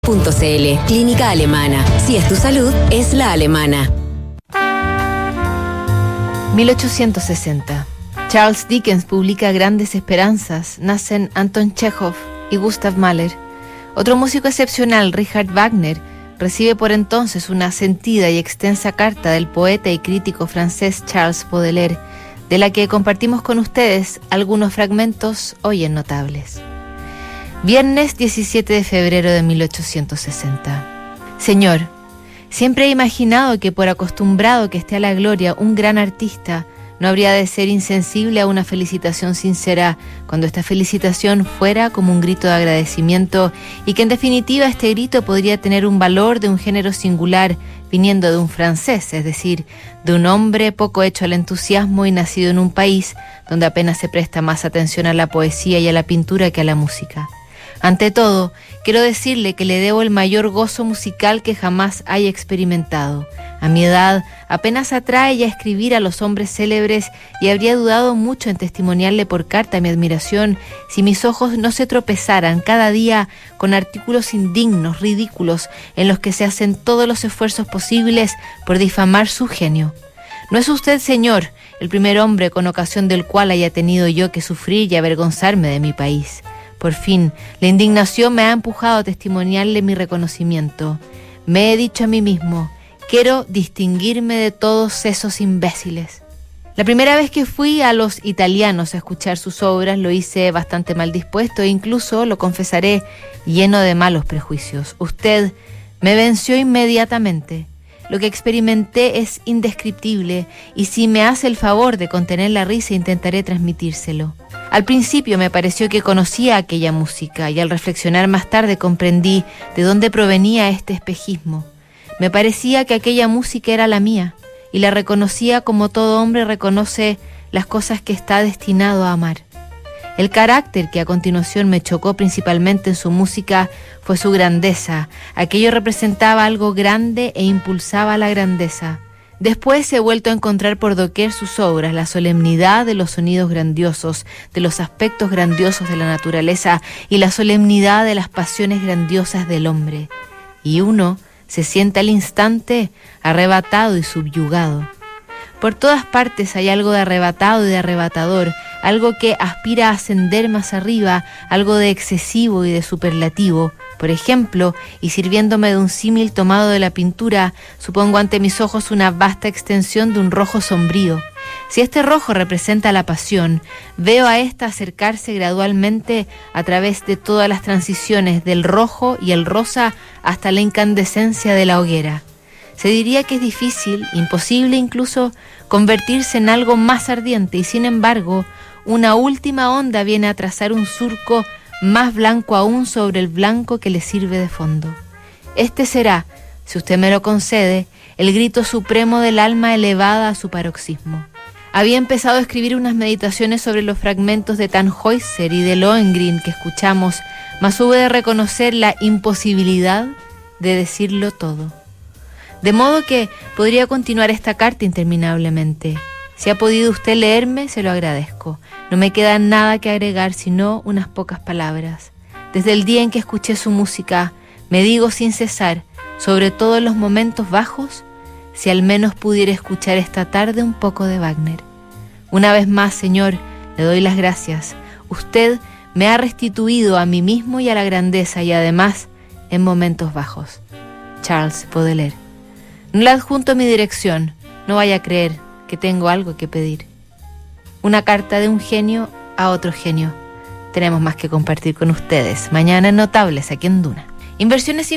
Clínica Alemana. Si es tu salud, es la alemana. 1860. Charles Dickens publica Grandes Esperanzas. Nacen Anton Chekhov y Gustav Mahler. Otro músico excepcional, Richard Wagner, recibe por entonces una sentida y extensa carta del poeta y crítico francés Charles Baudelaire, de la que compartimos con ustedes algunos fragmentos hoy en Notables. Viernes 17 de febrero de 1860. Señor, siempre he imaginado que por acostumbrado que esté a la gloria un gran artista, no habría de ser insensible a una felicitación sincera cuando esta felicitación fuera como un grito de agradecimiento y que en definitiva este grito podría tener un valor de un género singular viniendo de un francés, es decir, de un hombre poco hecho al entusiasmo y nacido en un país donde apenas se presta más atención a la poesía y a la pintura que a la música. Ante todo, quiero decirle que le debo el mayor gozo musical que jamás haya experimentado. A mi edad, apenas atrae ya escribir a los hombres célebres y habría dudado mucho en testimoniarle por carta mi admiración si mis ojos no se tropezaran cada día con artículos indignos, ridículos, en los que se hacen todos los esfuerzos posibles por difamar su genio. No es usted, señor, el primer hombre con ocasión del cual haya tenido yo que sufrir y avergonzarme de mi país. Por fin, la indignación me ha empujado a testimoniarle mi reconocimiento. Me he dicho a mí mismo, quiero distinguirme de todos esos imbéciles. La primera vez que fui a los italianos a escuchar sus obras lo hice bastante mal dispuesto e incluso, lo confesaré, lleno de malos prejuicios. Usted me venció inmediatamente. Lo que experimenté es indescriptible y si me hace el favor de contener la risa intentaré transmitírselo. Al principio me pareció que conocía aquella música y al reflexionar más tarde comprendí de dónde provenía este espejismo. Me parecía que aquella música era la mía y la reconocía como todo hombre reconoce las cosas que está destinado a amar. El carácter que a continuación me chocó principalmente en su música fue su grandeza. Aquello representaba algo grande e impulsaba la grandeza. Después he vuelto a encontrar por doquier sus obras, la solemnidad de los sonidos grandiosos, de los aspectos grandiosos de la naturaleza y la solemnidad de las pasiones grandiosas del hombre. Y uno se siente al instante arrebatado y subyugado. Por todas partes hay algo de arrebatado y de arrebatador, algo que aspira a ascender más arriba, algo de excesivo y de superlativo. Por ejemplo, y sirviéndome de un símil tomado de la pintura, supongo ante mis ojos una vasta extensión de un rojo sombrío. Si este rojo representa la pasión, veo a ésta acercarse gradualmente a través de todas las transiciones del rojo y el rosa hasta la incandescencia de la hoguera. Se diría que es difícil, imposible incluso, convertirse en algo más ardiente y sin embargo, una última onda viene a trazar un surco más blanco aún sobre el blanco que le sirve de fondo. Este será, si usted me lo concede, el grito supremo del alma elevada a su paroxismo. Había empezado a escribir unas meditaciones sobre los fragmentos de Tannhäuser y de Lohengrin que escuchamos, mas hube de reconocer la imposibilidad de decirlo todo. De modo que podría continuar esta carta interminablemente. Si ha podido usted leerme, se lo agradezco. No me queda nada que agregar, sino unas pocas palabras. Desde el día en que escuché su música, me digo sin cesar, sobre todo en los momentos bajos, si al menos pudiera escuchar esta tarde un poco de Wagner. Una vez más, señor, le doy las gracias. Usted me ha restituido a mí mismo y a la grandeza, y además, en momentos bajos. Charles Baudelaire. No le adjunto mi dirección, no vaya a creer que tengo algo que pedir. Una carta de un genio a otro genio. Tenemos más que compartir con ustedes. Mañana en Notables, aquí en Duna. Inversiones